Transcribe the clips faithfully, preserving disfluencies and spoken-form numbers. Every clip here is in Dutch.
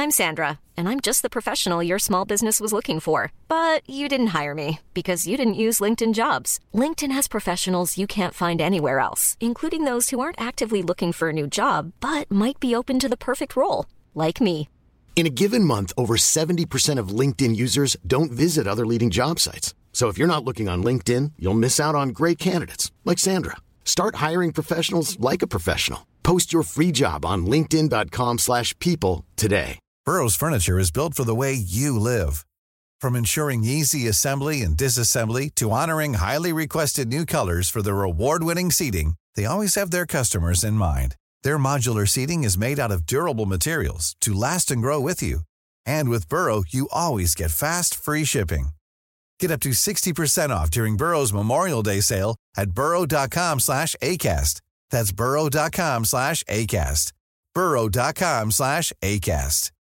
I'm Sandra, and I'm just the professional your small business was looking for. But you didn't hire me because you didn't use LinkedIn Jobs. LinkedIn has professionals you can't find anywhere else, including those who aren't actively looking for a new job, but might be open to the perfect role, like me. In a given month, over seventy percent of LinkedIn users don't visit other leading job sites. So if you're not looking on LinkedIn, you'll miss out on great candidates like Sandra. Start hiring professionals like a professional. Post your free job on linkedin.com slash people today. Burrow's furniture is built for the way you live. From ensuring easy assembly and disassembly to honoring highly requested new colors for their award-winning seating, they always have their customers in mind. Their modular seating is made out of durable materials to last and grow with you. And with Burrow, you always get fast, free shipping. Get up to sixty percent off during Burrow's Memorial Day sale at burrow.com slash ACAST. That's burrow.com slash ACAST. burrow.com slash ACAST.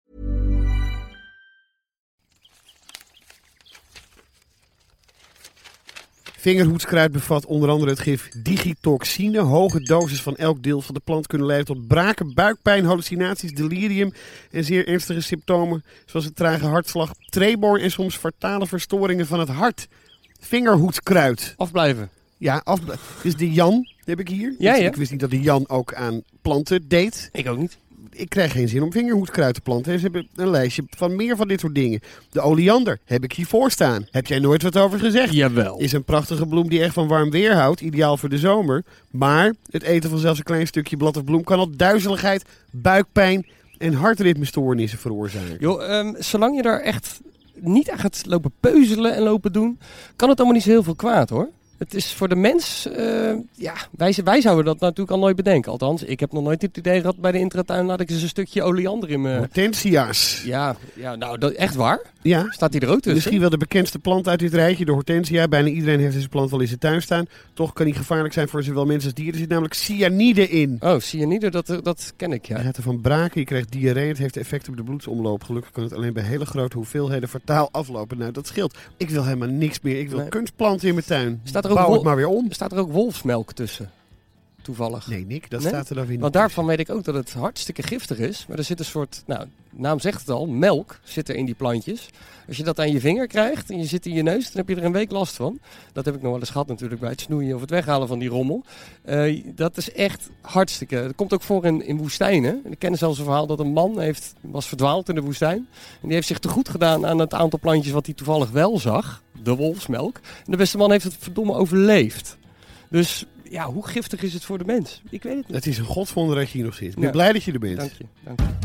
Vingerhoedskruid bevat onder andere het gif digitoxine. Hoge doses van elk deel van de plant kunnen leiden tot braken, buikpijn, hallucinaties, delirium en zeer ernstige symptomen zoals een trage hartslag, tremor en soms fatale verstoringen van het hart. Vingerhoedskruid. Afblijven. Ja, afblijven. Dus de Jan heb ik hier. Ja, ja. Ik wist niet dat de Jan ook aan planten deed. Ik ook niet. Ik krijg geen zin om vingerhoedskruid te planten. Ze hebben een lijstje van meer van dit soort dingen. De oleander heb ik hiervoor staan. Heb jij nooit wat over gezegd? Jawel. Is een prachtige bloem die echt van warm weer houdt. Ideaal voor de zomer. Maar het eten van zelfs een klein stukje blad of bloem kan al duizeligheid, buikpijn en hartritmestoornissen veroorzaken. Joh, um, zolang je daar echt niet aan gaat lopen peuzelen en lopen doen, kan het allemaal niet zo heel veel kwaad, hoor. Het is voor de mens, uh, ja, wij, wij zouden dat natuurlijk al nooit bedenken. Althans, ik heb nog nooit het idee gehad bij de intratuin, laat ik eens een stukje oleander in mijn... Hortensia's. Ja, ja, nou, dat, echt waar? Ja. Staat die er ook tussen? Misschien wel de bekendste plant uit dit rijtje, de hortensia. Bijna iedereen heeft deze plant wel in zijn tuin staan. Toch kan die gevaarlijk zijn voor zowel mensen als dieren. Er zit namelijk cyanide in. Oh, cyanide, dat, dat ken ik, ja. Je gaat ervan braken, je krijgt diarree. Het heeft effect op de bloedsomloop. Gelukkig kan het alleen bij hele grote hoeveelheden fataal aflopen. Nou, dat scheelt. Ik wil helemaal niks meer. Ik wil Nee. kunstplanten in mijn tuin. Staat er ook Bouw wol- het maar weer om. Staat er ook wolfsmelk tussen? Toevallig. Nee, Nick, dat Nee? staat er dan weer niet. Want daarvan weet ik ook dat het hartstikke giftig is. Maar er zit een soort, nou, naam zegt het al, melk zit er in die plantjes. Als je dat aan je vinger krijgt en je zit in je neus, dan heb je er een week last van. Dat heb ik nog wel eens gehad natuurlijk bij het snoeien of het weghalen van die rommel. Uh, dat is echt hartstikke. Dat komt ook voor in, in woestijnen. Ik ken zelfs een verhaal dat een man heeft, was verdwaald in de woestijn. En die heeft zich te goed gedaan aan het aantal plantjes wat hij toevallig wel zag. De wolfsmelk. En de beste man heeft het verdomme overleefd. Dus ja, hoe giftig is het voor de mens? Ik weet het niet. Het is een godswonder dat je hier nog zit. Ik ben Ja. blij dat je er bent. Dank je. Dank je.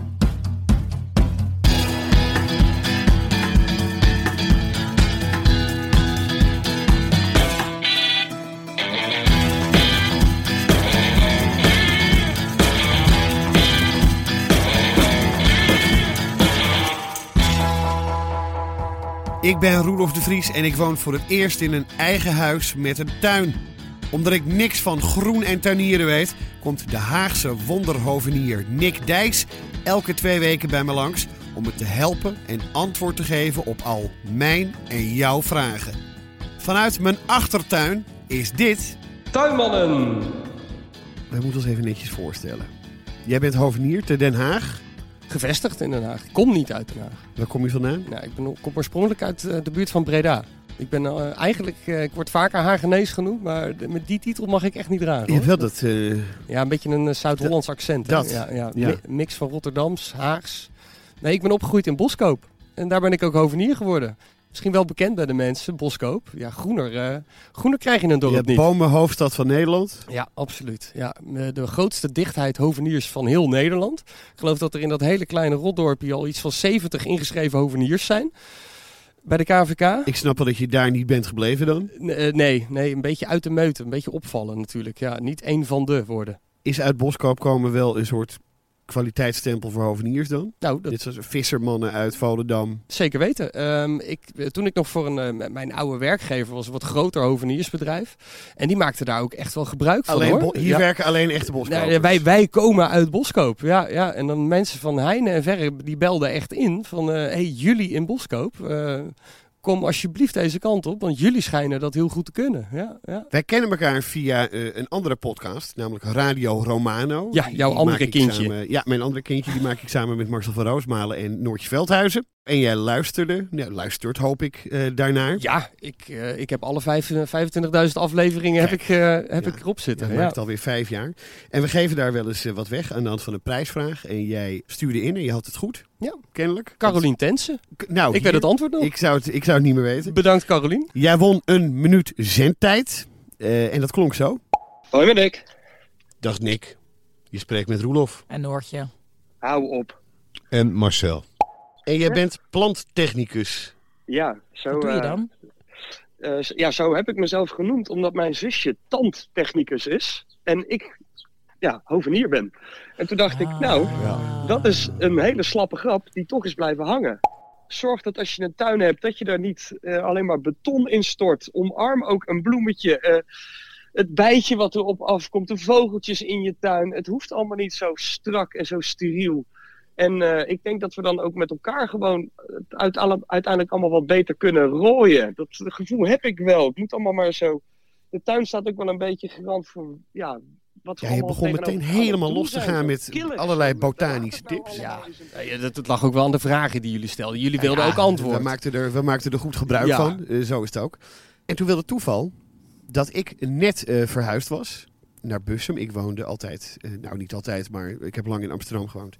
Ik ben Roelof de Vries en ik woon voor het eerst in een eigen huis met een tuin. Omdat ik niks van groen en tuinieren weet, komt de Haagse wonderhovenier Nick Dijs elke twee weken bij me langs om me te helpen en antwoord te geven op al mijn en jouw vragen. Vanuit mijn achtertuin is dit... Tuinmannen! Wij moeten ons even netjes voorstellen. Jij bent hovenier te Den Haag. Gevestigd in Den Haag. Ik kom niet uit Den Haag. Waar kom je vandaan? Nou, ik ben, kom oorspronkelijk uit uh, de buurt van Breda. Ik ben uh, eigenlijk, uh, ik word vaker Haagenees genoemd, maar de, met die titel mag ik echt niet dragen. Je hebt wel dat... Uh... Ja, een beetje een uh, Zuid-Hollands accent. Hè? Dat. Ja, ja. Ja. Mi- mix van Rotterdams, Haags. Nee, ik ben opgegroeid in Boskoop. En daar ben ik ook hovenier geworden. Misschien wel bekend bij de mensen, Boskoop. Ja, groener, uh, groener krijg je een dorp Je hebt niet. bomenhoofdstad van Nederland. Ja, absoluut. Ja, de grootste dichtheid hoveniers van heel Nederland. Ik geloof dat er in dat hele kleine rotdorpje al iets van zeventig ingeschreven hoveniers zijn. Bij de K V K. Ik snap wel dat je daar niet bent gebleven dan. N- nee, nee, een beetje uit de meute. Een beetje opvallen natuurlijk. Ja, niet één van de worden. Is uit Boskoop komen wel een soort kwaliteitsstempel voor hoveniers dan? Nou, dat... Dit zijn vissermannen uit Volendam. Zeker weten. Um, ik, toen ik nog voor een, uh, mijn oude werkgever was, een wat groter hoveniersbedrijf. En die maakte daar ook echt wel gebruik van, Alleen hoor. Bo- hier ja. werken alleen echte Boskopers. Nou, wij, wij komen uit Boskoop. Ja, ja. En dan mensen van Heine en Verre, die belden echt in van... Uh, hey, jullie in Boskoop... Uh, kom alsjeblieft deze kant op, want jullie schijnen dat heel goed te kunnen. Ja, ja. Wij kennen elkaar via uh, een andere podcast, namelijk Radio Romano. Ja, Die- jouw die andere maak ik kindje. samen- ja, mijn andere kindje, die maak ik samen met Marcel van Roosmalen en Noortje Veldhuizen. En jij luisterde, ja, luistert hoop ik, uh, daarnaar. Ja, ik, uh, ik heb alle vijf, uh, vijfentwintigduizend afleveringen heb, ik, uh, heb Ja. ik erop zitten. Ja, Ja, maakt alweer vijf jaar. En we geven daar wel eens uh, wat weg aan de hand van een prijsvraag. En jij stuurde in en je had het goed, Ja. kennelijk. Carolien Tensen. K- Nou, Ik hier- weet het antwoord nog. ik, zou het, ik zou het niet meer weten. Bedankt Carolien. Jij won een minuut zendtijd. Uh, en dat klonk zo. Hoi met Nick. Dag Nick. Je spreekt met Roelof. En Noortje. Hou op. En Marcel. En jij bent planttechnicus. Ja, zo, Wat doe je eh, dan? eh, z- ja, zo heb ik mezelf genoemd, omdat mijn zusje tandtechnicus is. En ik, ja, hovenier ben. En toen dacht ik, nou, dat is een hele slappe grap die toch is blijven hangen. Zorg dat als je een tuin hebt, dat je daar niet eh, alleen maar beton in stort. Omarm ook een bloemetje. eh, het bijtje wat erop afkomt, de vogeltjes in je tuin. Het hoeft allemaal niet zo strak en zo steriel. En uh, ik denk dat we dan ook met elkaar gewoon het uiteindelijk, uiteindelijk allemaal wat beter kunnen rooien. Dat gevoel heb ik wel. Het moet allemaal maar zo. De tuin staat ook wel een beetje garant voor, ja, wat we Ja, je allemaal begon meteen tegenover elkaar helemaal doen los te zijn. gaan Zo met killig, allerlei zo. botanische Laat het nou tips. allemaal eens een- Ja, dat, dat lag ook wel aan de vragen die jullie stelden. Jullie wilden Ja, ook antwoord. We maakten er, we maakten er goed gebruik Ja. van. Uh, zo is het ook. En toen wilde het toeval dat ik net uh, verhuisd was naar Bussum. Ik woonde altijd, uh, nou niet altijd, maar ik heb lang in Amsterdam gewoond.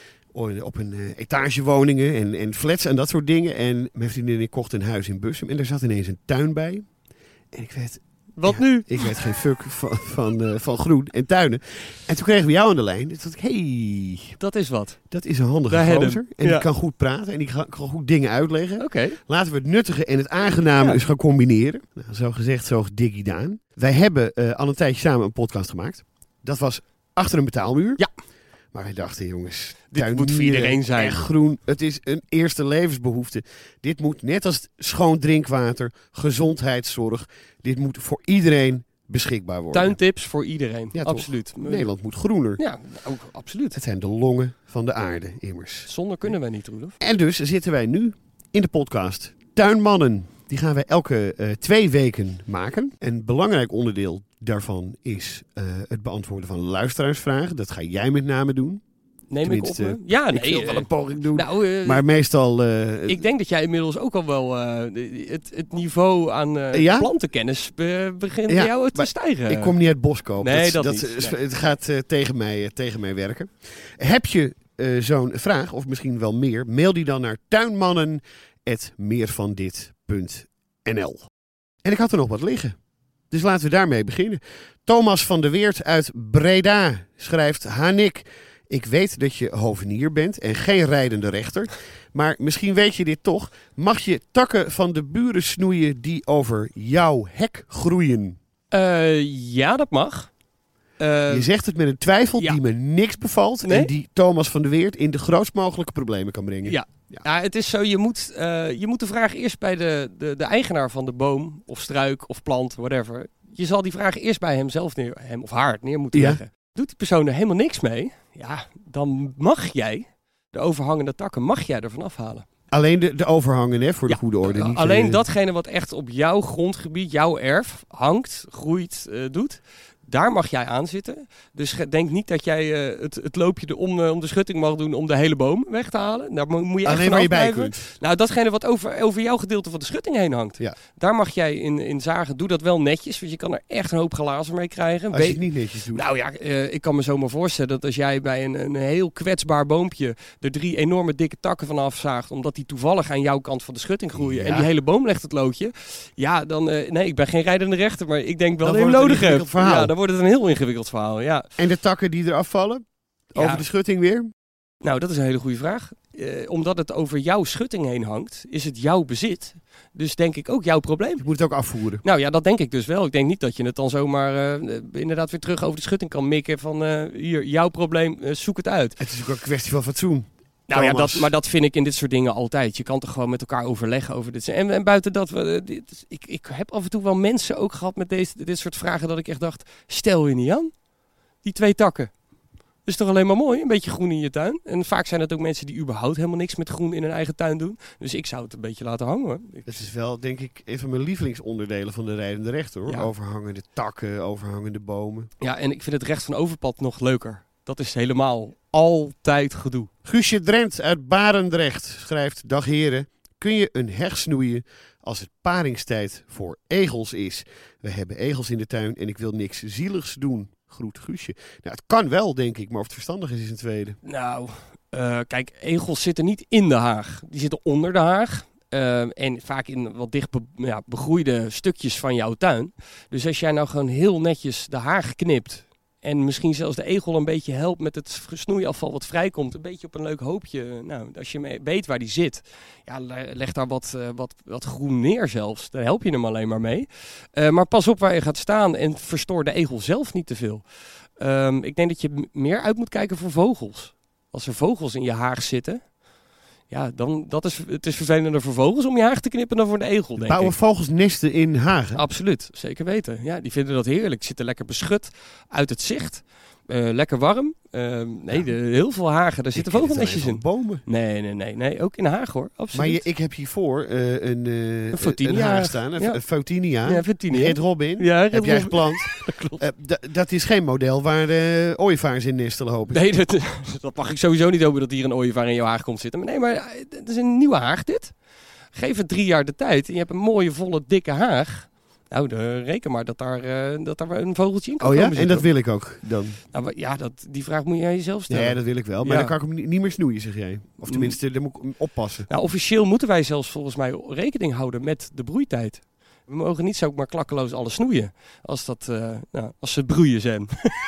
Op een uh, etagewoningen en, en flats en dat soort dingen. En mijn vriendin en ik kochten een huis in Bussum. En daar zat ineens een tuin bij. En ik werd... Wat ja, nu? Ik weet geen fuck van, van, uh, van groen en tuinen. En toen kregen we jou aan de lijn. Toen dacht ik, hey, Dat is wat. dat is een handige Daar hebben gozer. we. En Ja. die kan goed praten en die kan, kan goed dingen uitleggen. Oké. Laten we het nuttige en het aangename Ja. eens gaan combineren. Nou, zo gezegd, zo diggy daan. Wij hebben uh, al een tijdje samen een podcast gemaakt. Dat was Achter een betaalmuur. Ja. Maar wij dachten, jongens, Dit moet voor tuinieren iedereen zijn. en groen. Het is een eerste levensbehoefte. Dit moet, net als schoon drinkwater, gezondheidszorg. Dit moet voor iedereen beschikbaar worden. Tuintips voor iedereen. Ja, toch? absoluut. Nederland moet groener. Ja, ook absoluut. Het zijn de longen van de aarde, immers. Zonder kunnen wij niet, Roelof. En dus zitten wij nu in de podcast Tuinmannen. Die gaan wij elke uh, twee weken maken. Een belangrijk onderdeel daarvan is uh, het beantwoorden van luisteraarsvragen. Dat ga jij met name doen. Neem ik op Tenminste, me? Ja, ik nee. wil wel een poging doen. Nou, uh, maar meestal... Uh, ik denk dat jij inmiddels ook al wel uh, het, het niveau aan uh, ja? plantenkennis be, begint Ja, bij jou te maar stijgen. Ik kom niet uit Boskoop. Nee, dat, dat dat niet. uh, Nee. Het gaat uh, tegen, mij, uh, tegen mij werken. Heb je uh, zo'n vraag, of misschien wel meer, mail die dan naar tuinmannen at meervandit punt n l. En ik had er nog wat liggen. Dus laten we daarmee beginnen. Thomas van der Weert uit Breda schrijft: Hanik, ik weet dat je hovenier bent en geen rijdende rechter. Maar misschien weet je dit toch. Mag je takken van de buren snoeien die over jouw hek groeien? Uh, ja, dat mag. Uh, je zegt het met een twijfel ja. die me niks bevalt. Nee? En die Thomas van der Weert in de grootst mogelijke problemen kan brengen. Ja. Ja. ja, het is zo, je moet, uh, je moet de vraag eerst bij de, de, de eigenaar van de boom of struik of plant, whatever. Je zal die vraag eerst bij hemzelf neer, hem of haar neer moeten ja. leggen. Doet die persoon er helemaal niks mee, ja, dan mag jij de overhangende takken mag jij ervan afhalen. Alleen de, de overhangen, hè, voor ja, de goede orde. Niet, alleen uh, datgene wat echt op jouw grondgebied, jouw erf, hangt, groeit, uh, doet. Daar mag jij aan zitten. Dus denk niet dat jij uh, het, het loopje de, om, uh, om de schutting mag doen om de hele boom weg te halen. Daar moet je echt alleen waar je bij blijven. kunt. Nou, datgene wat over, over jouw gedeelte van de schutting heen hangt. Ja. Daar mag jij in, in zagen. Doe dat wel netjes, want je kan er echt een hoop glazen mee krijgen. Als je het niet netjes doet. Nou ja, uh, ik kan me zomaar voorstellen dat als jij bij een, een heel kwetsbaar boompje er drie enorme dikke takken van afzaagt, omdat die toevallig aan jouw kant van de schutting groeien, ja. en die hele boom legt het loodje. Ja, dan, uh, nee, ik ben geen rijdende rechter, maar ik denk wel dan dat je hem nodig hebt. Verhaal. Ja, dan wordt het een heel ingewikkeld verhaal, ja. En de takken die eraf vallen? Over ja. de schutting weer? Nou, dat is een hele goede vraag. Uh, omdat het over jouw schutting heen hangt, is het jouw bezit. Dus denk ik ook jouw probleem. Je moet het ook afvoeren. Nou ja, dat denk ik dus wel. Ik denk niet dat je het dan zomaar uh, inderdaad weer terug over de schutting kan mikken van uh, hier, jouw probleem, uh, zoek het uit. Het is ook een kwestie van fatsoen. Nou ja, dat, maar dat vind ik in dit soort dingen altijd. Je kan toch gewoon met elkaar overleggen over dit. En, en buiten dat, we, dit, ik, ik heb af en toe wel mensen ook gehad met deze, dit soort vragen dat ik echt dacht, stel je niet aan. Die twee takken. is toch alleen maar mooi, een beetje groen in je tuin. En vaak zijn het ook mensen die überhaupt helemaal niks met groen in hun eigen tuin doen. Dus ik zou het een beetje laten hangen, hoor. Dat is wel, denk ik, een van mijn lievelingsonderdelen van de rijdende rechter, hoor. Ja. Overhangende takken, overhangende bomen. Ja, en ik vind het recht van overpad nog leuker. Dat is helemaal altijd gedoe. Guusje Drent uit Barendrecht schrijft: Dag heren, kun je een heg snoeien als het paringstijd voor egels is? We hebben egels in de tuin en ik wil niks zieligs doen. Groet Guusje. Nou, het kan wel, denk ik, maar of het verstandig is, is een tweede. Nou, uh, kijk, egels zitten niet in de haag. Die zitten onder de haag. Uh, en vaak in wat dicht be- ja, begroeide stukjes van jouw tuin. Dus als jij nou gewoon heel netjes de haag knipt en misschien zelfs de egel een beetje helpt met het snoeiafval wat vrijkomt, een beetje op een leuk hoopje. Nou, als je weet waar die zit, ja, leg daar wat, uh, wat, wat groen neer zelfs. Daar help je hem alleen maar mee. Uh, maar pas op waar je gaat staan en verstoor de egel zelf niet te veel. Um, ik denk dat je m- meer uit moet kijken voor vogels. Als er vogels in je haag zitten, ja, dan dat is het is vervelender voor vogels om je haag te knippen dan voor de egel, denk Bouwen ik. vogels nesten in hagen? Absoluut, zeker weten. Ja, die vinden dat heerlijk. Zitten lekker beschut uit het zicht. Uh, lekker warm. Uh, nee, Ja. de, heel veel hagen. Daar zitten vogelnestjes in. Bomen. Nee, nee, nee, nee. Ook in de haag, hoor. Absoluut. Maar je, ik heb hiervoor uh, een, uh, Een Photinia. een haag staan. Een, Ja. een Photinia. Ja, Photinia. Red Robin. Ja, Red heb jij Robin. geplant. Dat klopt. Uh, d- dat is geen model waar uh, ooievaars in nestelen, hoop ik. Nee, dat, dat mag ik sowieso niet hopen dat hier een ooievaar in jouw haag komt zitten. Maar nee, maar het is een nieuwe haag, dit. Geef het drie jaar de tijd en je hebt een mooie, volle, dikke haag. Nou, de, reken maar dat daar, uh, dat daar een vogeltje in kan Oh ja? komen En dat zitten. wil ik ook dan? Nou, maar ja, dat, die vraag moet je aan jezelf stellen. Ja, dat wil ik wel. Maar Ja. dan kan ik hem niet- niet meer snoeien, zeg jij. Of tenminste, dan moet ik hem oppassen. Nou, officieel moeten wij zelfs volgens mij rekening houden met de broeitijd. We mogen niet zo maar klakkeloos alles snoeien als, dat, uh, nou, als ze broeien zijn.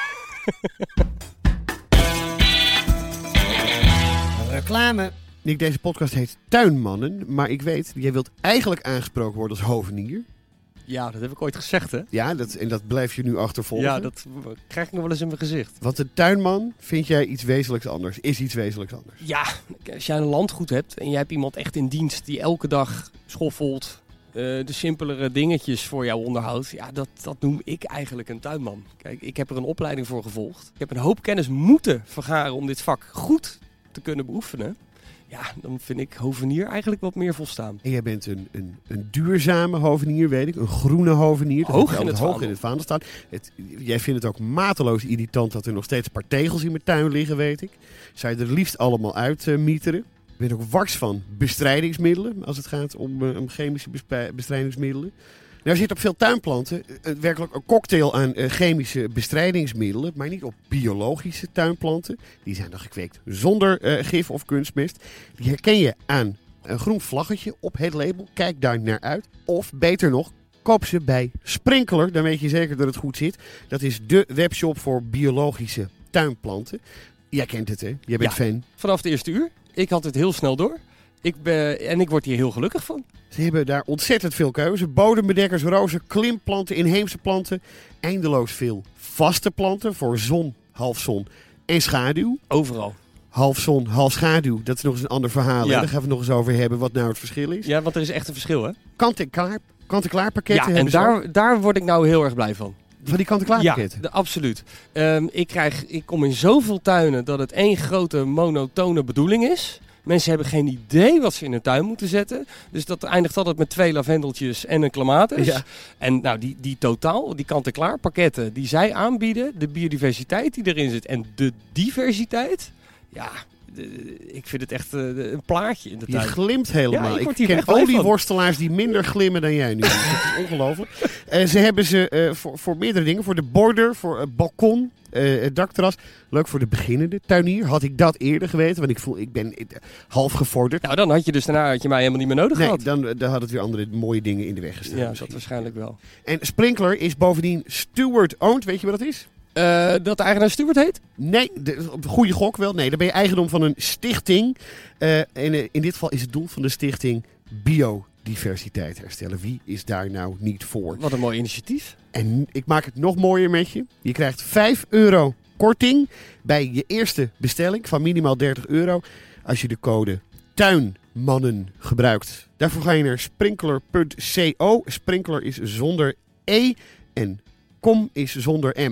Reclame. Nick, deze podcast heet Tuinmannen. Maar ik weet, jij wilt eigenlijk aangesproken worden als hovenier. Ja, dat heb ik ooit gezegd, hè? Ja, dat, en dat blijf je nu achtervolgen. Ja, dat krijg ik nog wel eens in mijn gezicht. Want een tuinman vind jij iets wezenlijks anders. Is iets wezenlijks anders. Ja, als jij een landgoed hebt en je hebt iemand echt in dienst die elke dag schoffelt, uh, de simpelere dingetjes voor jou onderhoudt. Ja, dat, dat noem ik eigenlijk een tuinman. Kijk, ik heb er een opleiding voor gevolgd. Ik heb een hoop kennis moeten vergaren om dit vak goed te kunnen beoefenen. Ja, dan vind ik hovenier eigenlijk wat meer volstaan. En jij bent een, een, een duurzame hovenier, weet ik. Een groene hovenier. Dat Hoog heb je in altijd het hoog in het vaandel staan. Het, jij vindt het ook mateloos irritant dat er nog steeds een paar tegels in mijn tuin liggen, weet ik. Zou je er liefst allemaal uit uh, mieteren. Je bent ook wars van bestrijdingsmiddelen, als het gaat om, uh, om chemische besp- bestrijdingsmiddelen. Nou zit op veel tuinplanten uh, werkelijk een cocktail aan uh, chemische bestrijdingsmiddelen, maar niet op biologische tuinplanten. Die zijn dan gekweekt zonder uh, gif of kunstmest. Die herken je aan een groen vlaggetje op het label. Kijk daar naar uit. Of beter nog, koop ze bij Sprinkler. Dan weet je zeker dat het goed zit. Dat is de webshop voor biologische tuinplanten. Jij kent het, hè? Jij bent Ja. fan. Vanaf de eerste uur. Ik had het heel snel door. Ik ben, en ik word hier heel gelukkig van. Ze hebben daar ontzettend veel keuze. Bodembedekkers, rozen, klimplanten, inheemse planten. Eindeloos veel vaste planten voor zon, halfzon en schaduw. Overal. Half zon, half schaduw. Dat is nog eens een ander verhaal. Ja. Daar gaan we het nog eens over hebben wat nou het verschil is. Ja, want er is echt een verschil, hè? Kant-en-klaar kant-en-klaar pakketten Ja, en hebben ze ook. daar, daar word ik nou heel erg blij van. Van die kant-en-klaar Ja, pakketten. de, absoluut. Um, ik, krijg, ik kom in zoveel tuinen dat het één grote monotone bedoeling is. Mensen hebben geen idee wat ze in hun tuin moeten zetten. Dus dat eindigt altijd met twee lavendeltjes en een clematis. Ja. En nou, die, die totaal, die kant-en-klaar pakketten die zij aanbieden, de biodiversiteit die erin zit en de diversiteit. Ja, de, ik vind het echt uh, een plaatje in de Je tuin. glimt helemaal. Ja, ik ik word hier ken echt blij van. olieworstelaars die minder glimmen dan jij nu. Dat is ongelooflijk. Uh, ze hebben ze uh, voor, voor meerdere dingen. Voor de border, voor het balkon, uh, het dakterras. Leuk voor de beginnende tuinier. Had ik dat eerder geweten. Want ik voel, ik ben uh, half gevorderd. Nou, dan had je dus daarna had je mij helemaal niet meer nodig Nee, gehad. dan, dan had het weer andere mooie dingen in de weg gestaan. Ja, dat misschien. waarschijnlijk wel. En Sprinkler is bovendien steward-owned. Weet je wat dat is? Uh, dat de eigenaar Stuart heet? Nee, de, op de goede gok wel. Nee, dan ben je eigendom van een stichting. Uh, en uh, in dit geval is het doel van de stichting biodiversiteit herstellen. Wie is daar nou niet voor? Wat een mooi initiatief. En ik maak het nog mooier met je. Je krijgt vijf euro korting bij je eerste bestelling van minimaal dertig euro. Als je de code tuinmannen gebruikt. Daarvoor ga je naar sprinkler punt co. Sprinkler is zonder E en kom is zonder M.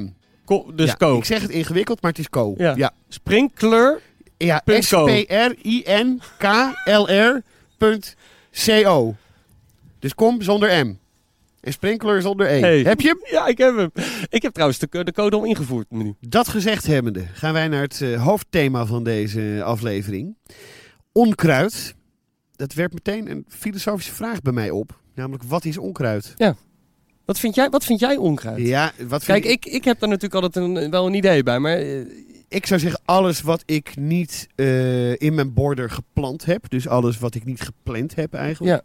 Ko, dus ja, Co. Ik zeg het ingewikkeld, maar het is Co. Ja. ja. Sprinkler. Ja, S P R I N K L R punt C O. Dus kom zonder M. En sprinkler zonder E. Hey. Heb je hem? Ja, ik heb hem. Ik heb trouwens de, de code al ingevoerd nu. Dat gezegd hebbende, gaan wij naar het uh, hoofdthema van deze aflevering. Onkruid. Dat werpt meteen een filosofische vraag bij mij op. Namelijk, wat is onkruid? Ja. Wat vind jij, wat vind jij onkruid? Ja, wat vind Kijk, ik, ik heb daar natuurlijk altijd een, wel een idee bij, maar... Uh, Ik zou zeggen, alles wat ik niet uh, in mijn border geplant heb. Dus alles wat ik niet gepland heb eigenlijk. Ja.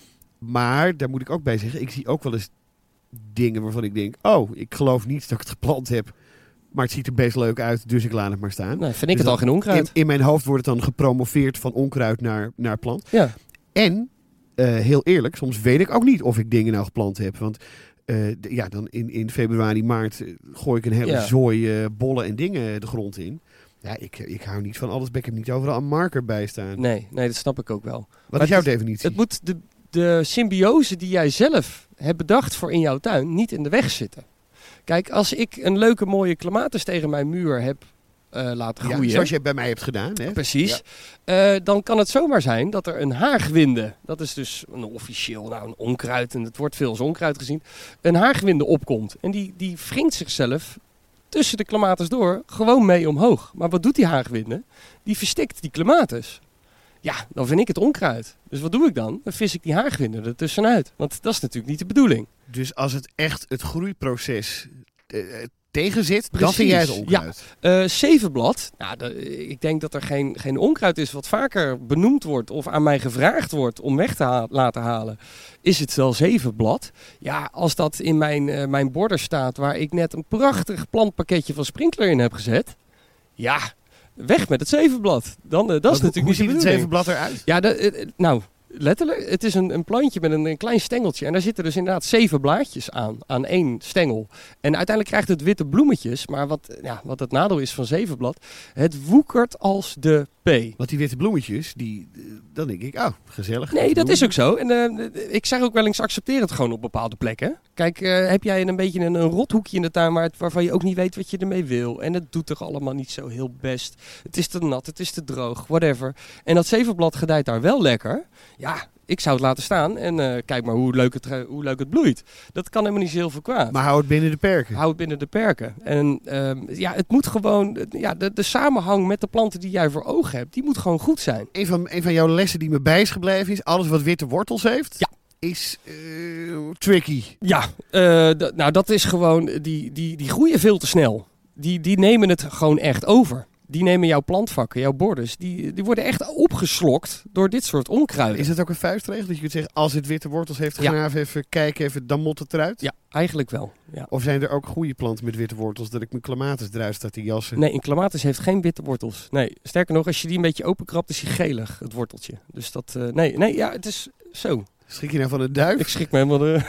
Maar, daar moet ik ook bij zeggen, ik zie ook wel eens dingen waarvan ik denk... Oh, ik geloof niet dat ik het geplant heb. Maar het ziet er best leuk uit, dus ik laat het maar staan. Nee, vind ik dus het al geen onkruid. In, in mijn hoofd wordt het dan gepromoveerd van onkruid naar, naar plant. Ja. En, uh, heel eerlijk, soms weet ik ook niet of ik dingen nou geplant heb. Want... Uh, d- ja, dan in, in februari, maart uh, gooi ik een hele ja. zooi uh, bollen en dingen de grond in. Ja, ik, ik hou niet van alles. Ik heb niet overal een marker bij staan. Nee, nee, dat snap ik ook wel. Wat maar is jouw het, definitie? Het moet de, de symbiose die jij zelf hebt bedacht voor in jouw tuin niet in de weg zitten. Kijk, als ik een leuke mooie clematis tegen mijn muur heb uh, laten groeien. Ja, zoals je bij mij hebt gedaan. Hè? Precies. Ja. Uh, dan kan het zomaar zijn dat er een haargewinde, dat is dus een officieel, nou een onkruid, en het wordt veel als onkruid gezien, een haargewinde opkomt. En die, die wringt zichzelf tussen de clematis door gewoon mee omhoog. Maar wat doet die haargewinde? Die verstikt die clematis. Ja, dan vind ik het onkruid. Dus wat doe ik dan? Dan vis ik die haargewinde er tussenuit. Want dat is natuurlijk niet de bedoeling. Dus als het echt het groeiproces uh, tegen zit, precies, dan vind jij het onkruid. Ja. Uh, zevenblad, nou, de, ik denk dat er geen, geen onkruid is wat vaker benoemd wordt of aan mij gevraagd wordt om weg te ha- laten halen. Is het wel zevenblad? Ja, als dat in mijn, uh, mijn border staat waar ik net een prachtig plantpakketje van Sprinkler in heb gezet. Ja, weg met het zevenblad. Dan, uh, dat wat, is natuurlijk hoe niet ziet het zevenblad eruit? Ja, de, uh, nou... Letterlijk, het is een, een plantje met een, een klein stengeltje. En daar zitten dus inderdaad zeven blaadjes aan, aan één stengel. En uiteindelijk krijgt het witte bloemetjes. Maar wat, ja, wat het nadeel is van zevenblad, het woekert als de P. Want die witte bloemetjes, die, dan denk ik, oh, gezellig. Nee, dat is ook zo. En uh, ik zeg ook wel eens, accepteer het gewoon op bepaalde plekken. Kijk, uh, heb jij een beetje een, een rothoekje in de tuin waar het, waarvan je ook niet weet wat je ermee wil. En het doet toch allemaal niet zo heel best. Het is te nat, het is te droog, whatever. En dat zevenblad gedijt daar wel lekker. Ja, ik zou het laten staan en uh, kijk maar hoe leuk, het, hoe leuk het bloeit. Dat kan helemaal niet zo heel veel kwaad. Maar hou het binnen de perken. Hou het binnen de perken. En uh, ja, het moet gewoon, ja, de, de samenhang met de planten die jij voor ogen hebt, die moet gewoon goed zijn. Een van, een van jouw lessen die me bij is gebleven is, alles wat witte wortels heeft, ja. is uh, tricky. Ja, uh, d- nou dat is gewoon, die, die, die groeien veel te snel. Die, die nemen het gewoon echt over. Die nemen jouw plantvakken, jouw borders, die, die worden echt opgeslokt door dit soort onkruiden. Is dat ook een vuistregel? Dat je kunt zeggen, als het witte wortels heeft, ja. graaf even kijken, even, dan mot het eruit? Ja, eigenlijk wel. Ja. Of zijn er ook goede planten met witte wortels, dat ik mijn clematis eruit sta te jassen? Nee, een clematis heeft geen witte wortels. Nee, sterker nog, als je die een beetje openkrabt, is hij gelig, het worteltje. Dus dat, uh, nee, nee, ja, het is zo. Schrik je nou van een duif? Ik schrik me helemaal de...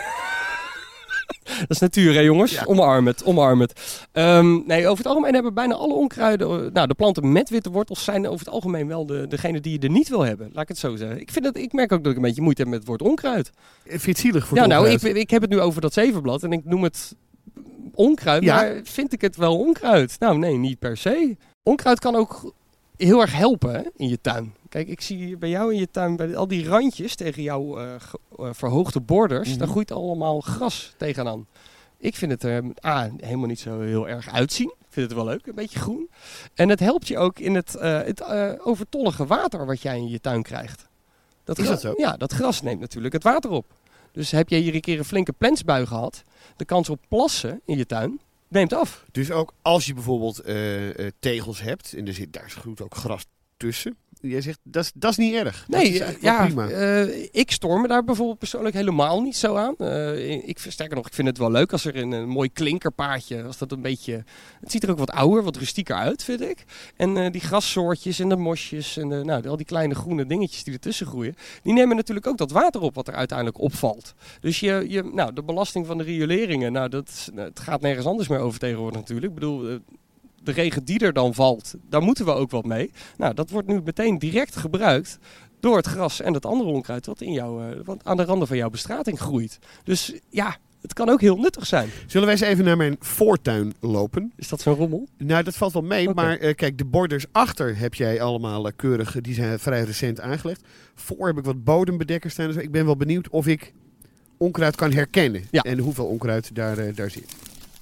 Dat is natuur, hè jongens? Ja. Omarm het, omarm het. Um, nee, over het algemeen hebben bijna alle onkruiden... Nou, de planten met witte wortels zijn over het algemeen wel de, degene die je er niet wil hebben. Laat ik het zo zeggen. Ik, vind dat, ik merk ook dat ik een beetje moeite heb met het woord onkruid. Vind je het zielig voor ja, het onkruid? Nou, ik, ik heb het nu over dat zevenblad en ik noem het onkruid. Ja. Maar vind ik het wel onkruid? Nou, nee, niet per se. Onkruid kan ook heel erg helpen, hè, in je tuin. Kijk, ik zie bij jou in je tuin, bij al die randjes tegen jouw uh, ge, uh, verhoogde borders, mm-hmm. daar groeit allemaal gras tegenaan. Ik vind het er A, helemaal niet zo heel erg uitzien. Ik vind het wel leuk, een beetje groen. En het helpt je ook in het, uh, het uh, overtollige water wat jij in je tuin krijgt. Dat Is gras, dat zo? Ja, dat gras neemt natuurlijk het water op. Dus heb je hier een keer een flinke plensbui gehad, de kans op plassen in je tuin neemt af. Dus ook als je bijvoorbeeld uh, uh, tegels hebt, en er zit, daar groeit ook gras tussen... Jij zegt, dat is niet erg. Nee, dat is ja, prima. Uh, ik stoor me daar bijvoorbeeld persoonlijk helemaal niet zo aan. Uh, ik, sterker nog, ik vind het wel leuk als er een, een mooi klinkerpaadje, als dat een beetje... Het ziet er ook wat ouder, wat rustieker uit, vind ik. En uh, die grassoortjes en de mosjes en de, nou, al die kleine groene dingetjes die ertussen groeien, die nemen natuurlijk ook dat water op wat er uiteindelijk opvalt. Dus je, je, nou, de belasting van de rioleringen, nou, dat, het gaat nergens anders meer over tegenwoordig natuurlijk. Ik bedoel... Uh, de regen die er dan valt, daar moeten we ook wat mee. Nou, dat wordt nu meteen direct gebruikt door het gras en het andere onkruid wat, in jou, uh, wat aan de randen van jouw bestrating groeit. Dus ja, Het kan ook heel nuttig zijn. Zullen wij eens even naar mijn voortuin lopen? Is dat zo'n rommel? Nou, dat valt wel mee. Okay. Maar uh, kijk, de borders achter heb jij allemaal uh, keurig. Die zijn vrij recent aangelegd. Voor heb ik wat bodembedekkers staan. Dus ik ben wel benieuwd of ik onkruid kan herkennen. Ja. En hoeveel onkruid daar, uh, daar zit.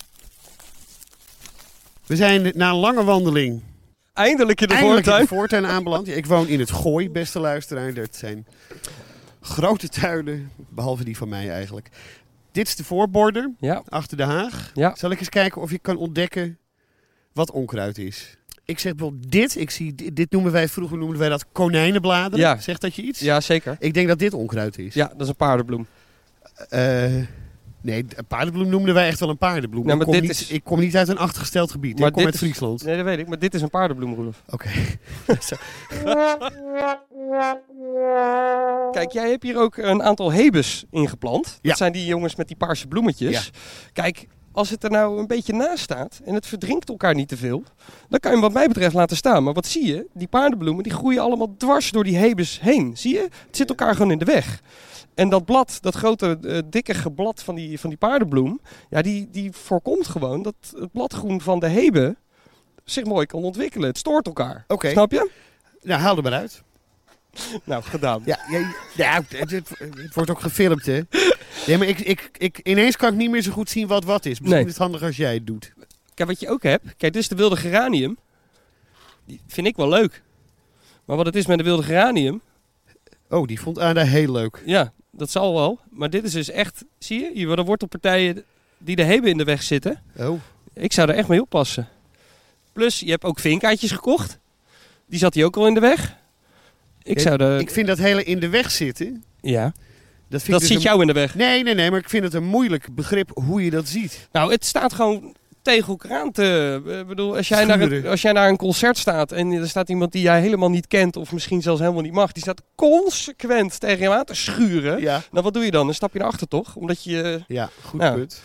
We zijn na een lange wandeling... Eindelijk in de Eindelijk voortuin. in de voortuin aanbeland. Ja, ik woon in het Gooi, beste luisteraar. Dat zijn grote tuinen, behalve die van mij eigenlijk. Dit is de voorborder, Ja. achter de Haag. Ja. Zal ik eens kijken of je kan ontdekken wat onkruid is? Ik zeg bijvoorbeeld dit. Ik zie, dit, dit noemen wij, vroeger noemden wij dat konijnenbladeren. Ja. Zegt dat je iets? Ja, zeker. Ik denk dat dit onkruid is. Ja, dat is een paardenbloem. Uh, nee, een paardenbloem noemden wij echt wel een paardenbloem. Nou, ik, maar kom dit niet, is... ik kom niet uit een achtergesteld gebied. Maar ik kom dit uit is... Friesland. Nee, dat weet ik. Maar dit is een paardenbloem, Roelof. Oké. Kijk, jij hebt hier ook een aantal hebes ingeplant. Dat Ja. zijn die jongens met die paarse bloemetjes. Ja. Kijk, als het er nou een beetje naast staat en het verdrinkt elkaar niet te veel, dan kan je hem wat mij betreft laten staan. Maar wat zie je? Die paardenbloemen die groeien allemaal dwars door die hebes heen. Zie je? Het zit elkaar gewoon in de weg. En dat blad, dat grote uh, dikke blad van die, van die paardenbloem, ja, die, die voorkomt gewoon dat het bladgroen van de hebe zich mooi kan ontwikkelen. Het stoort elkaar. Oké. Snap je? Nou, haal er maar uit. Nou, gedaan. Ja, ja, ja het, het, het wordt ook gefilmd, hè? Ja, maar ik, ik, ik, ineens kan ik niet meer zo goed zien wat wat is. Misschien Nee. is het handig als jij het doet. Kijk, wat je ook hebt. Kijk, dit is de wilde geranium. Die vind ik wel leuk. Maar wat het is met de wilde geranium, Oh, die vond Ada heel leuk. ja, dat zal wel. Maar dit is dus echt, zie je, hier worden wortelpartijen die de hebe in de weg zitten. Oh. Ik zou er echt mee oppassen. Plus, je hebt ook vinkaatjes gekocht. Die zat hier ook al in de weg. Ik Ja, zou de... Ik vind dat hele in de weg zitten. Ja, Dat, vind ik dat dus zit een- jou in de weg. Nee, nee, nee, maar ik vind het een moeilijk begrip hoe je dat ziet. Nou, het staat gewoon tegen elkaar aan te... Ik bedoel, als jij, naar Schuren. een, als jij naar een concert staat en er staat iemand die jij helemaal niet kent of misschien zelfs helemaal niet mag, die staat consequent tegen hem aan te schuren. Ja, Nou, wat doe je dan? Dan stap je naar achter, toch? Omdat je... ja goed Nou, punt.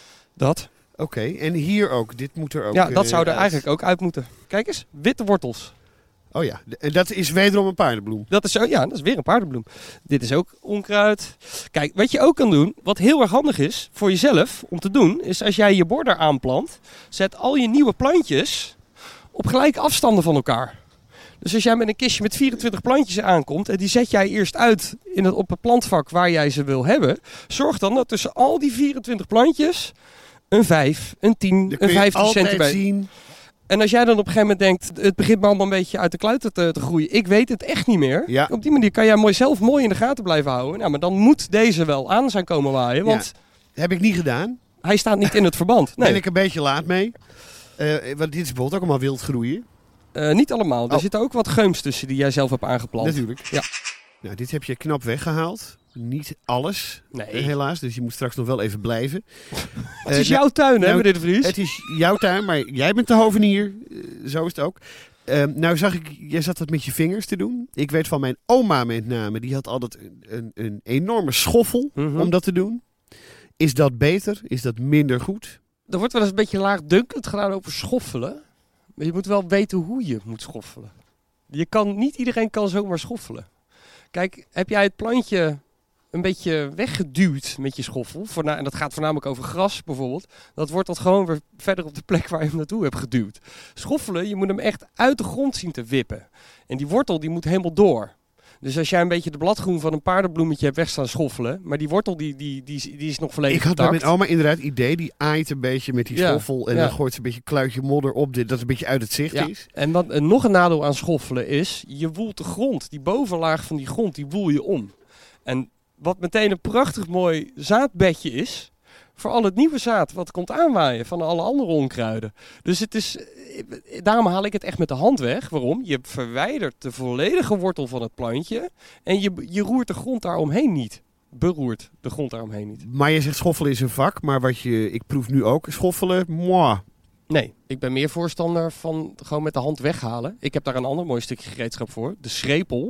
Dat. Oké, en hier ook. Dit moet er ook Ja, dat eh, zou er uit. eigenlijk ook uit moeten. Kijk eens, witte wortels. Oh ja, en dat is wederom een paardenbloem. Dat is, zo, ja, dat is weer een paardenbloem. Dit is ook onkruid. Kijk, wat je ook kan doen, wat heel erg handig is voor jezelf om te doen, is als jij je border aanplant, zet al je nieuwe plantjes op gelijke afstanden van elkaar. Dus als jij met een kistje met vierentwintig plantjes aankomt en die zet jij eerst uit in het, op het plantvak waar jij ze wil hebben, zorg dan dat tussen al die vierentwintig plantjes een vijf, een tien, Dan een kun je vijftien altijd centimeter... zien. En als jij dan op een gegeven moment denkt, het begint me allemaal een beetje uit de kluiten te, te groeien. Ik weet het echt niet meer. Ja. Op die manier kan jij mooi zelf mooi in de gaten blijven houden. Nou, maar dan moet deze wel aan zijn komen waaien. Want Heb ik niet gedaan. hij staat niet in het verband. Nee, Ben ik een beetje laat mee. Uh, want dit is bijvoorbeeld ook allemaal wild groeien. uh, niet allemaal. Er Oh. zitten ook wat geums tussen die jij zelf hebt aangeplant. Natuurlijk. Ja. Nou, dit heb je knap weggehaald. Niet alles, Nee. uh, helaas. Dus je moet straks nog wel even blijven. Het is jouw tuin, hè, nou, meneer de Vries? Het is jouw tuin, maar jij bent de hovenier. Uh, zo is het ook. Uh, nou zag ik, jij zat dat met je vingers te doen. Ik weet van mijn oma met name, die had altijd een, een, een enorme schoffel Mhm. om dat te doen. Is dat beter? Is dat minder goed? Er wordt wel eens een beetje laagdunkend gedaan over schoffelen. Maar je moet wel weten hoe je moet schoffelen. Je kan, niet iedereen kan zomaar schoffelen. Kijk, heb jij het plantje een beetje weggeduwd met je schoffel, voorna- en dat gaat voornamelijk over gras bijvoorbeeld, dat wordt dat gewoon weer verder op de plek waar je hem naartoe hebt geduwd. Schoffelen, je moet hem echt uit de grond zien te wippen. En die wortel die moet helemaal door. Dus als jij een beetje de bladgroen van een paardenbloemetje hebt weg staan schoffelen, maar die wortel die, die, die, die is nog volledig Ik had bij intakt. mijn oma inderdaad het idee, die aait een beetje met die Ja, schoffel en ja. dan gooit ze een beetje kluitje modder op, dit, dat het een beetje uit het zicht Ja. is. En wat en nog een nadeel aan schoffelen is, je woelt de grond, die bovenlaag van die grond, die woel je om. En wat meteen een prachtig mooi zaadbedje is voor al het nieuwe zaad wat komt aanwaaien van alle andere onkruiden. Dus het is, daarom haal ik het echt met de hand weg. Waarom? Je verwijdert de volledige wortel van het plantje en je, je roert de grond daaromheen niet. Beroert de grond daaromheen niet. Maar je zegt schoffelen is een vak, maar wat je, ik proef nu ook, schoffelen, moi. Nee, ik ben meer voorstander van gewoon met de hand weghalen. Ik heb daar een ander mooi stukje gereedschap voor. De schrepel.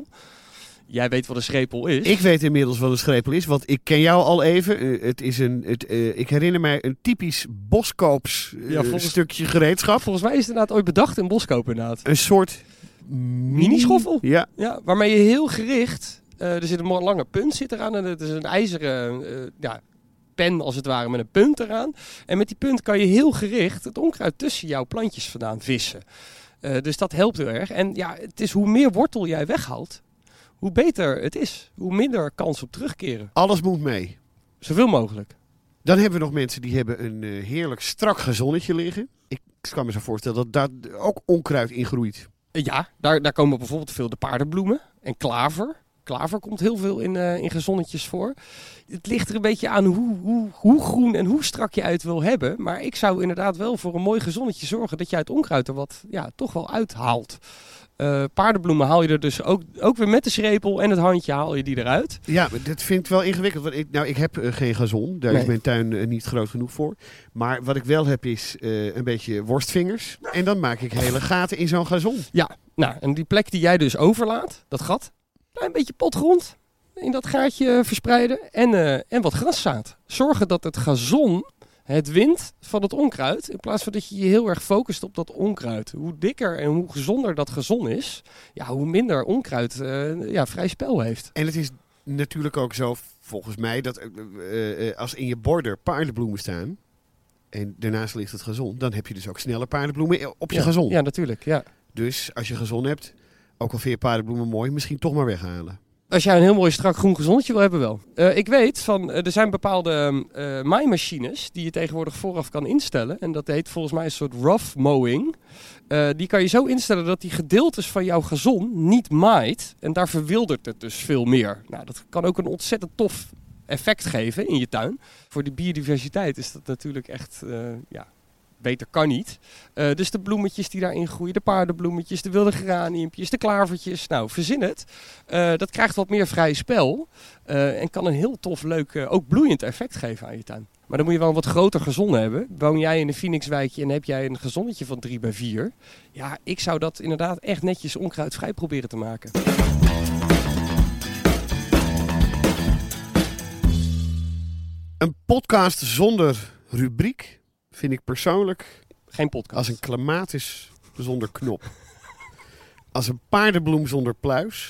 Jij weet wat een schrepel is. Ik weet inmiddels wat een schrepel is, want ik ken jou al even. Uh, het is een, het, uh, ik herinner mij een typisch Boskoops uh, Ja, volgens- stukje gereedschap. Volgens mij is het inderdaad ooit bedacht in Boskoop inderdaad. Een soort Mini-schoffel? Ja. Ja, waarmee je heel gericht... Uh, er zit een mo- lange punt zit eraan en het is een ijzeren... Uh, ja, pen als het ware met een punt eraan. En met die punt kan je heel gericht het onkruid tussen jouw plantjes vandaan vissen. Uh, dus dat helpt heel erg. En ja, het is hoe meer wortel jij weghaalt, hoe beter het is. Hoe minder kans op terugkeren. Alles moet mee. Zoveel mogelijk. Dan hebben we nog mensen die hebben een uh, heerlijk strak gazonnetje liggen. Ik kan me zo voorstellen dat daar ook onkruid in groeit. Ja, daar, daar komen bijvoorbeeld veel de paardenbloemen en klaver. Klaver komt heel veel in, uh, in gazonnetjes voor. Het ligt er een beetje aan hoe, hoe, hoe groen en hoe strak je uit wil hebben. Maar ik zou inderdaad wel voor een mooi gazonnetje zorgen dat je het onkruid er wat ja, toch wel uithaalt. Uh, paardenbloemen haal je er dus ook, ook weer met de schrepel en het handje haal je die eruit. Ja, maar dat vind ik wel ingewikkeld. Want ik, nou, ik heb uh, geen gazon. Daar nee. is mijn tuin uh, niet groot genoeg voor. Maar wat ik wel heb is uh, een beetje worstvingers. En dan maak ik hele gaten in zo'n gazon. Ja, nou en die plek die jij dus overlaat, dat gat, een beetje potgrond in dat gaatje verspreiden en, uh, en wat graszaad. Zorgen dat het gazon het wint van het onkruid, in plaats van dat je je heel erg focust op dat onkruid. Hoe dikker en hoe gezonder dat gazon is, ja, hoe minder onkruid uh, ja, vrij spel heeft. En het is natuurlijk ook zo, volgens mij, dat uh, uh, als in je border paardenbloemen staan en daarnaast ligt het gazon, dan heb je dus ook snelle paardenbloemen op je ja, gazon. Ja, natuurlijk. Ja. Dus als je gazon hebt, ook al vind je paardenbloemen mooi, misschien toch maar weghalen. Als jij een heel mooi strak groen gazonnetje wil hebben, wel. Uh, ik weet van, uh, er zijn bepaalde uh, maaimachines die je tegenwoordig vooraf kan instellen. En dat heet volgens mij een soort rough mowing. Uh, die kan je zo instellen dat die gedeeltes van jouw gazon niet maait. En daar verwildert het dus veel meer. Nou, dat kan ook een ontzettend tof effect geven in je tuin. Voor de biodiversiteit is dat natuurlijk echt, uh, ja... beter kan niet. Uh, dus de bloemetjes die daarin groeien, de paardenbloemetjes, de wilde geraniumpjes, de klavertjes. Nou, verzin het. Uh, dat krijgt wat meer vrij spel. Uh, en kan een heel tof, leuk, uh, ook bloeiend effect geven aan je tuin. Maar dan moet je wel een wat groter gazon hebben. Woon jij in een Phoenixwijkje en heb jij een gazonnetje van drie bij vier. Ja, ik zou dat inderdaad echt netjes onkruidvrij proberen te maken. Een podcast zonder rubriek vind ik persoonlijk geen podcast. Als een clematis zonder knop. Als een paardenbloem zonder pluis.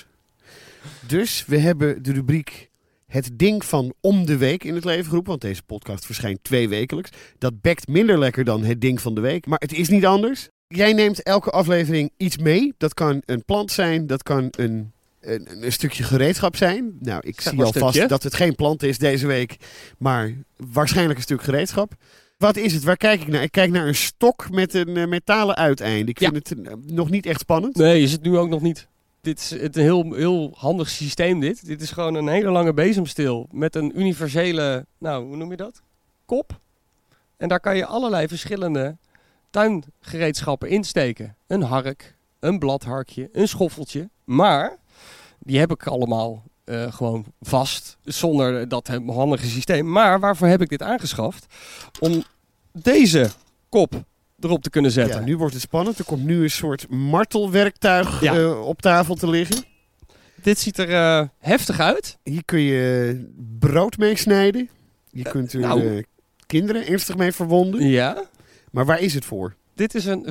Dus we hebben de rubriek Het Ding van om de week in het leven geroepen. Want deze podcast verschijnt twee wekelijks. Dat bekt minder lekker dan Het Ding van de week. Maar het is niet anders. Jij neemt elke aflevering iets mee. Dat kan een plant zijn. Dat kan een, een, een stukje gereedschap zijn. Nou, ik zeg zie alvast stukje. dat het geen plant is deze week. Maar waarschijnlijk een stuk gereedschap. Wat is het? Waar kijk ik naar? Ik kijk naar een stok met een uh, metalen uiteinde. Ik vind ja. het uh, nog niet echt spannend. Nee, is het nu ook nog niet. Dit is het een heel, heel handig systeem dit. Dit is gewoon een hele lange bezemsteel met een universele, nou, hoe noem je dat? Kop. En daar kan je allerlei verschillende tuingereedschappen insteken. Een hark, een bladharkje, een schoffeltje. Maar die heb ik allemaal uh, gewoon vast, zonder dat handige systeem. Maar waarvoor heb ik dit aangeschaft? Om deze kop erop te kunnen zetten. Ja, nu wordt het spannend. Er komt nu een soort martelwerktuig ja. uh, op tafel te liggen. Dit ziet er uh, heftig uit. Hier kun je brood mee snijden. Je uh, kunt er nou. uh, kinderen ernstig mee verwonden. Ja. Maar waar is het voor? Dit is een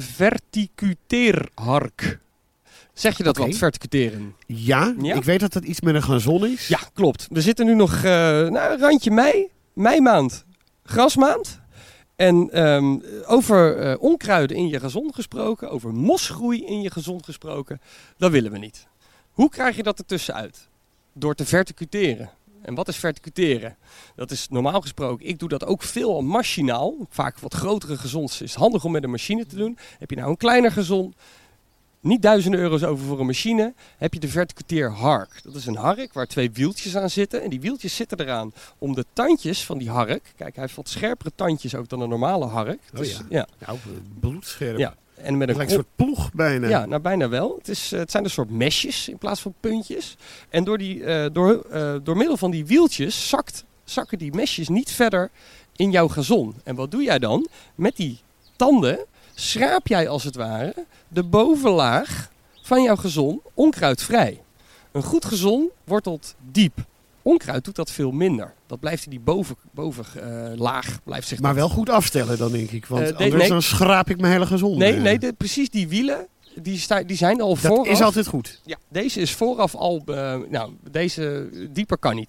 verticuteerhark. Zeg je dat okay. wat, verticuteren? Ja, ja, ik weet dat dat iets met een gazon is. Ja, klopt. We zitten nu nog uh, nou, een randje mei. Meimaand. Grasmaand. En um, over uh, onkruiden in je gazon gesproken, over mosgroei in je gazon gesproken, dat willen we niet. Hoe krijg je dat ertussenuit? Door te verticuteren. En wat is verticuteren? Dat is normaal gesproken, ik doe dat ook veel machinaal. Vaak wat grotere gazons is handig om met een machine te doen. Heb je nou een kleiner gazon, niet duizenden euro's over voor een machine, heb je de verticuteerhark. Dat is een hark waar twee wieltjes aan zitten. En die wieltjes zitten eraan om de tandjes van die hark. Kijk, hij heeft wat scherpere tandjes ook dan een normale hark. Oh dus, ja, ja. Nou, bloedscherp. Ja. En met een, een soort ploeg bijna. Ja, nou bijna wel. Het, is, uh, het zijn een soort mesjes in plaats van puntjes. En door, die, uh, door, uh, door middel van die wieltjes zakt, zakken die mesjes niet verder in jouw gazon. En wat doe jij dan? Met die tanden schraap jij als het ware de bovenlaag van jouw gazon onkruidvrij. Een goed gazon wortelt diep. Onkruid doet dat veel minder. Dat blijft in die boven, bovenlaag. Uh, blijft zich maar dat... wel goed afstellen dan, denk ik. Want uh, de, anders nee. dan schraap ik mijn hele gazon. Nee, nee de, precies die wielen, die, sta, die zijn al dat vooraf. Dat is altijd goed. Ja, deze is vooraf al... Uh, nou, deze dieper kan niet.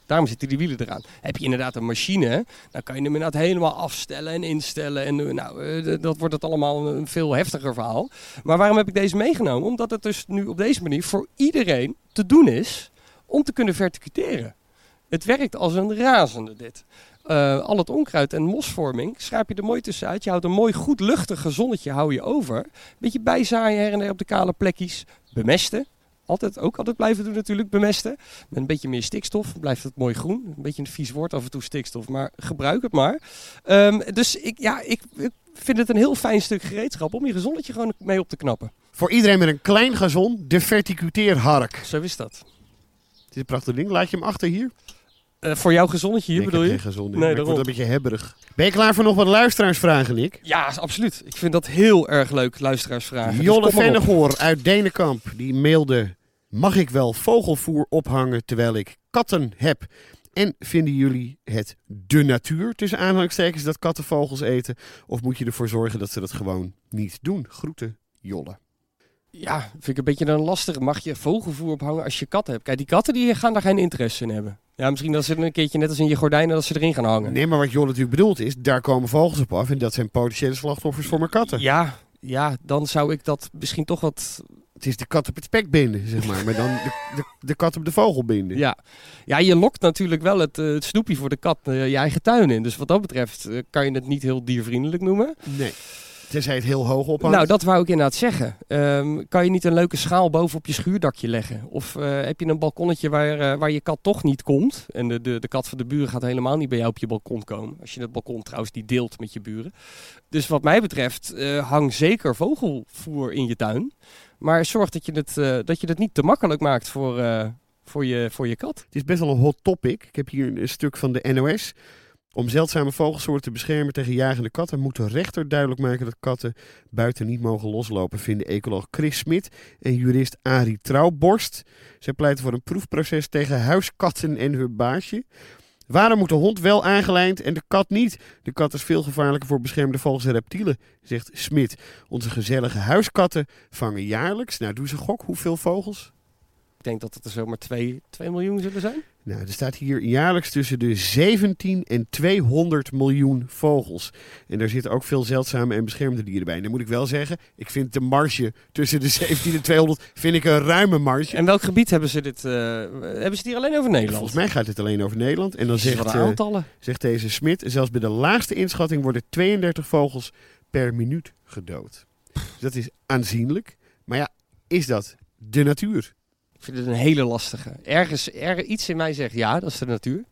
Daarom zitten die wielen eraan. Heb je inderdaad een machine, dan kan je hem inderdaad helemaal afstellen en instellen. En uh, nou, uh, dat wordt het allemaal een veel heftiger verhaal. Maar waarom heb ik deze meegenomen? Omdat het dus nu op deze manier voor iedereen te doen is om te kunnen verticuteren. Het werkt als een razende dit. Uh, al het onkruid en mosvorming schraap je er mooi tussenuit. Je houdt een mooi goed luchtig zonnetje hou je over. Beetje bijzaaien her en der op de kale plekjes. Bemesten. Altijd, ook altijd blijven doen natuurlijk, bemesten. Met een beetje meer stikstof blijft het mooi groen. Een beetje een vies woord af en toe stikstof, maar gebruik het maar. Um, dus ik, ja, ik, ik vind het een heel fijn stuk gereedschap om je gezonnetje gewoon mee op te knappen. Voor iedereen met een klein gazon, de verticuteerhark. Zo is dat. Het is een prachtig ding. Laat je hem achter hier? Uh, voor jouw gezonnetje hier nee, bedoel je? Geen gezond. Nee, nee, ik word een beetje hebberig. Ben je klaar voor nog wat luisteraarsvragen, Nick? Ja, absoluut. Ik vind dat heel erg leuk, luisteraarsvragen. Jolle dus Vennegoor uit Denenkamp, die mailde... Mag ik wel vogelvoer ophangen terwijl ik katten heb? En vinden jullie het de natuur, tussen aanhalingstekens, dat katten vogels eten? Of moet je ervoor zorgen dat ze dat gewoon niet doen? Groeten, Jolle. Ja, vind ik een beetje een lastige. Mag je vogelvoer ophangen als je katten hebt? Kijk, die katten die gaan daar geen interesse in hebben. Ja, misschien dat ze er een keertje net als in je gordijnen dat ze erin gaan hangen. Nee, maar wat Jolle natuurlijk bedoelt is, daar komen vogels op af. En dat zijn potentiële slachtoffers voor mijn katten. Ja, ja, dan zou ik dat misschien toch wat... Het is de kat op het spek binden, zeg maar. Maar dan de, de, de kat op de vogel binden. Ja, ja je lokt natuurlijk wel het, uh, het snoepje voor de kat uh, je eigen tuin in. Dus wat dat betreft uh, kan je het niet heel diervriendelijk noemen. Nee. Tenzij het heel hoog ophangt. Nou, dat wou ik inderdaad zeggen. Um, kan je niet een leuke schaal boven op je schuurdakje leggen? Of uh, heb je een balkonnetje waar, uh, waar je kat toch niet komt? En de, de, de kat van de buren gaat helemaal niet bij jou op je balkon komen. Als je het balkon trouwens niet deelt met je buren. Dus wat mij betreft, uh, hang zeker vogelvoer in je tuin. Maar zorg dat je het, uh, dat je het niet te makkelijk maakt voor, uh, voor, je, voor je kat. Het is best wel een hot topic. Ik heb hier een stuk van de N O S... Om zeldzame vogelsoorten te beschermen tegen jagende katten moet de rechter duidelijk maken dat katten buiten niet mogen loslopen, vinden ecoloog Chris Smit en jurist Arie Trouwborst. Zij pleiten voor een proefproces tegen huiskatten en hun baasje. Waarom moet de hond wel aangelijnd en de kat niet? De kat is veel gevaarlijker voor beschermde vogels en reptielen, zegt Smit. Onze gezellige huiskatten vangen jaarlijks, nou doe ze gok, hoeveel vogels? Ik denk dat het er zomaar twee miljoen zullen zijn. Nou, er staat hier jaarlijks tussen de zeventien en tweehonderd miljoen vogels. En daar zitten ook veel zeldzame en beschermde dieren bij. En dan moet ik wel zeggen, ik vind de marge tussen de zeventien en tweehonderd vind ik een ruime marge. En welk gebied hebben ze dit? Uh, hebben ze het hier alleen over Nederland? Volgens mij gaat het alleen over Nederland. En dan zegt, uh, zegt deze Smit, zelfs bij de laagste inschatting worden tweeëndertig vogels per minuut gedood. Dus dat is aanzienlijk. Maar ja, is dat de natuur? Ik vind het een hele lastige. Ergens, ergens iets in mij zegt ja, dat is de natuur.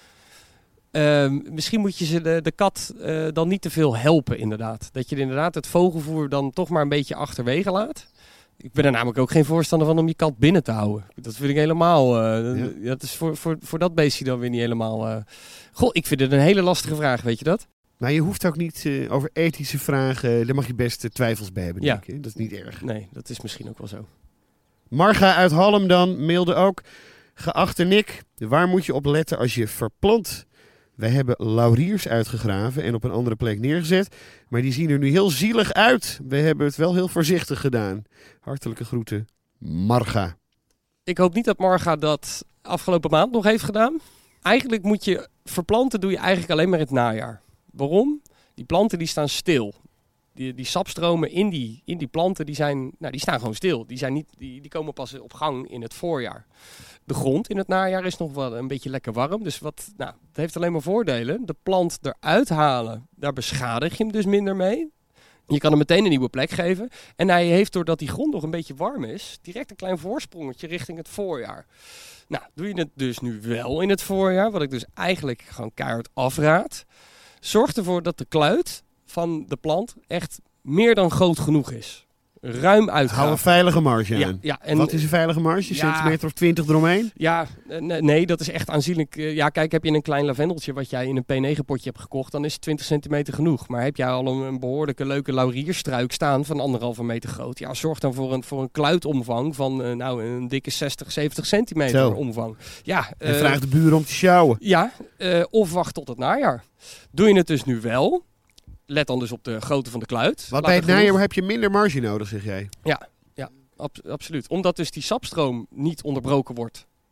Uh, misschien moet je ze de, de kat uh, dan niet te veel helpen inderdaad. Dat je inderdaad het vogelvoer dan toch maar een beetje achterwege laat. Ik ben er namelijk ook geen voorstander van om je kat binnen te houden. Dat vind ik helemaal... Uh, ja. Dat is voor, voor, voor dat beestje dan weer niet helemaal... Uh... Goh, ik vind het een hele lastige vraag, weet je dat? Maar je hoeft ook niet uh, over ethische vragen... Daar mag je best uh, twijfels bij hebben, denk ik. Ja. Dat is niet erg. Nee, dat is misschien ook wel zo. Marga uit Halm dan mailde ook... Geachte Nick, waar moet je op letten als je verplant? Wij hebben lauriers uitgegraven en op een andere plek neergezet. Maar die zien er nu heel zielig uit. We hebben het wel heel voorzichtig gedaan. Hartelijke groeten, Marga. Ik hoop niet dat Marga dat afgelopen maand nog heeft gedaan. Eigenlijk moet je verplanten doe je eigenlijk alleen maar in het najaar. Waarom? Die planten die staan stil. Die, die sapstromen in die, in die planten die zijn, nou, die staan gewoon stil. Die, zijn niet, die, die komen pas op gang in het voorjaar. De grond in het najaar is nog wel een beetje lekker warm. Dus wat, nou, het heeft alleen maar voordelen. De plant eruit halen, daar beschadig je hem dus minder mee. Je kan hem meteen een nieuwe plek geven. En hij heeft, doordat die grond nog een beetje warm is, direct een klein voorsprongetje richting het voorjaar. Nou, doe je het dus nu wel in het voorjaar, wat ik dus eigenlijk gewoon keihard afraad. Zorg ervoor dat de kluit van de plant echt meer dan groot genoeg is. Ruim uitgaan. Hou een veilige marge aan. Ja, ja, en wat is een veilige marge? Ja, centimeter of twintig eromheen? Ja, nee, dat is echt aanzienlijk. Ja, kijk, heb je een klein lavendeltje wat jij in een P negen potje hebt gekocht, dan is twintig centimeter genoeg. Maar heb jij al een, een behoorlijke leuke laurierstruik staan van anderhalve meter groot, ja, zorg dan voor een, voor een kluitomvang van uh, nou, een dikke zestig, zeventig centimeter Zo. omvang. Ja, en uh, vraag de buren om te sjouwen. Ja, uh, of wacht tot het najaar. Doe je het dus nu wel... Let dan dus op de grootte van de kluit. Want bij het najaar heb je minder marge nodig, zeg jij? Ja, ja ab- absoluut. Omdat dus die sapstroom niet onderbroken wordt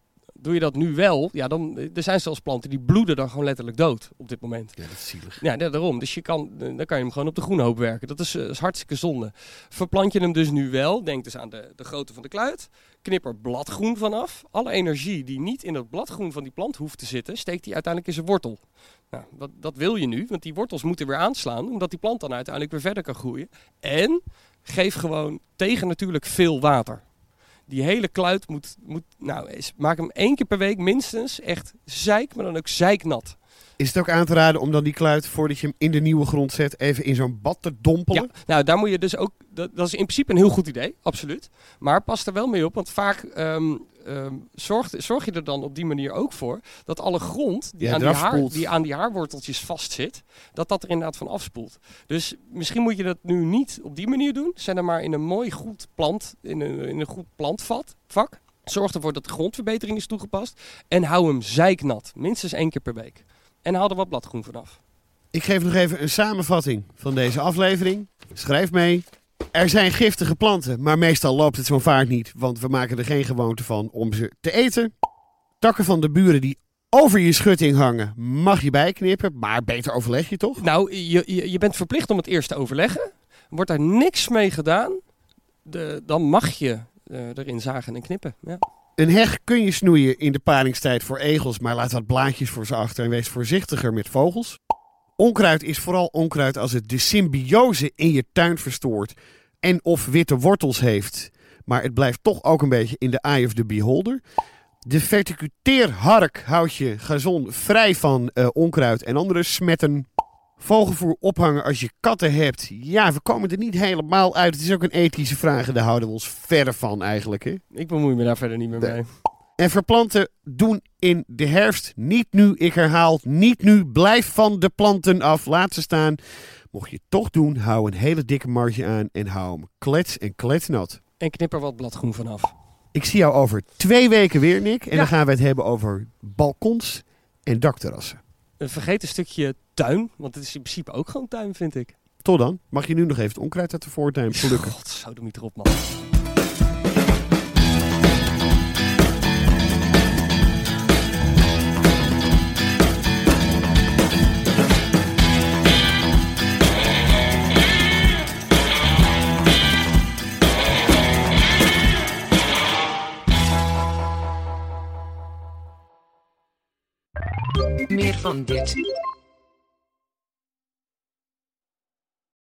Doe je dat nu wel, ja, dan er zijn zelfs planten die bloeden dan gewoon letterlijk dood op dit moment. Ja, dat is zielig. Ja, daarom. Dus je kan, dan kan je hem gewoon op de groene hoop werken. Dat is, uh, is hartstikke zonde. Verplant je hem dus nu wel, denk dus aan de, de grootte van de kluit. Knip er bladgroen vanaf. Alle energie die niet in het bladgroen van die plant hoeft te zitten, steekt die uiteindelijk in zijn wortel. Nou, dat, dat wil je nu, want die wortels moeten weer aanslaan, omdat die plant dan uiteindelijk weer verder kan groeien. En geef gewoon tegen natuurlijk veel water. Die hele kluit moet, moet nou, is, maak hem één keer per week minstens echt zeik, maar dan ook zeiknat. Is het ook aan te raden om dan die kluit, voordat je hem in de nieuwe grond zet, even in zo'n bad te dompelen? Ja, nou daar moet je dus ook, dat, dat is in principe een heel goed idee, absoluut. Maar pas er wel mee op, want vaak um, um, zorg, zorg je er dan op die manier ook voor dat alle grond die, ja, aan, die, haar, spoelt. die aan die haarworteltjes vastzit, dat dat er inderdaad van afspoelt. Dus misschien moet je dat nu niet op die manier doen. Zet hem maar in een mooi goed plant, in een, in een goed plantvat, vak. Zorg ervoor dat de grondverbetering is toegepast en hou hem zeiknat, minstens één keer per week. En haal er wat bladgroen vanaf. Ik geef nog even een samenvatting van deze aflevering. Schrijf mee. Er zijn giftige planten, maar meestal loopt het zo vaak niet, want we maken er geen gewoonte van om ze te eten. Takken van de buren die over je schutting hangen, mag je bijknippen, maar beter overleg je toch? Nou, je, je, je bent verplicht om het eerst te overleggen. Wordt daar niks mee gedaan, de, dan mag je uh, erin zagen en knippen. Ja. Een heg kun je snoeien in de paringstijd voor egels, maar laat wat blaadjes voor ze achter en wees voorzichtiger met vogels. Onkruid is vooral onkruid als het de symbiose in je tuin verstoort en of witte wortels heeft. Maar het blijft toch ook een beetje in de eye of the beholder. De verticuteerhark houdt je gazon vrij van uh, onkruid en andere smetten. Vogelvoer ophangen als je katten hebt. Ja, we komen er niet helemaal uit. Het is ook een ethische vraag en daar houden we ons verre van eigenlijk. Hè? Ik bemoei me daar verder niet meer mee. En verplanten doen in de herfst. Niet nu, ik herhaal, niet nu. Blijf van de planten af. Laat ze staan. Mocht je het toch doen, hou een hele dikke marge aan en hou hem klets en kletsnat. En knip er wat bladgroen vanaf. Ik zie jou over twee weken weer, Nick. En ja. Dan gaan we het hebben over balkons en dakterrassen. Een vergeten stukje tuin, want het is in principe ook gewoon tuin, vind ik. Tot dan. Mag je nu nog even het onkruid uit de voortuin plukken? God, zo doe ik erop, man. Meer van dit.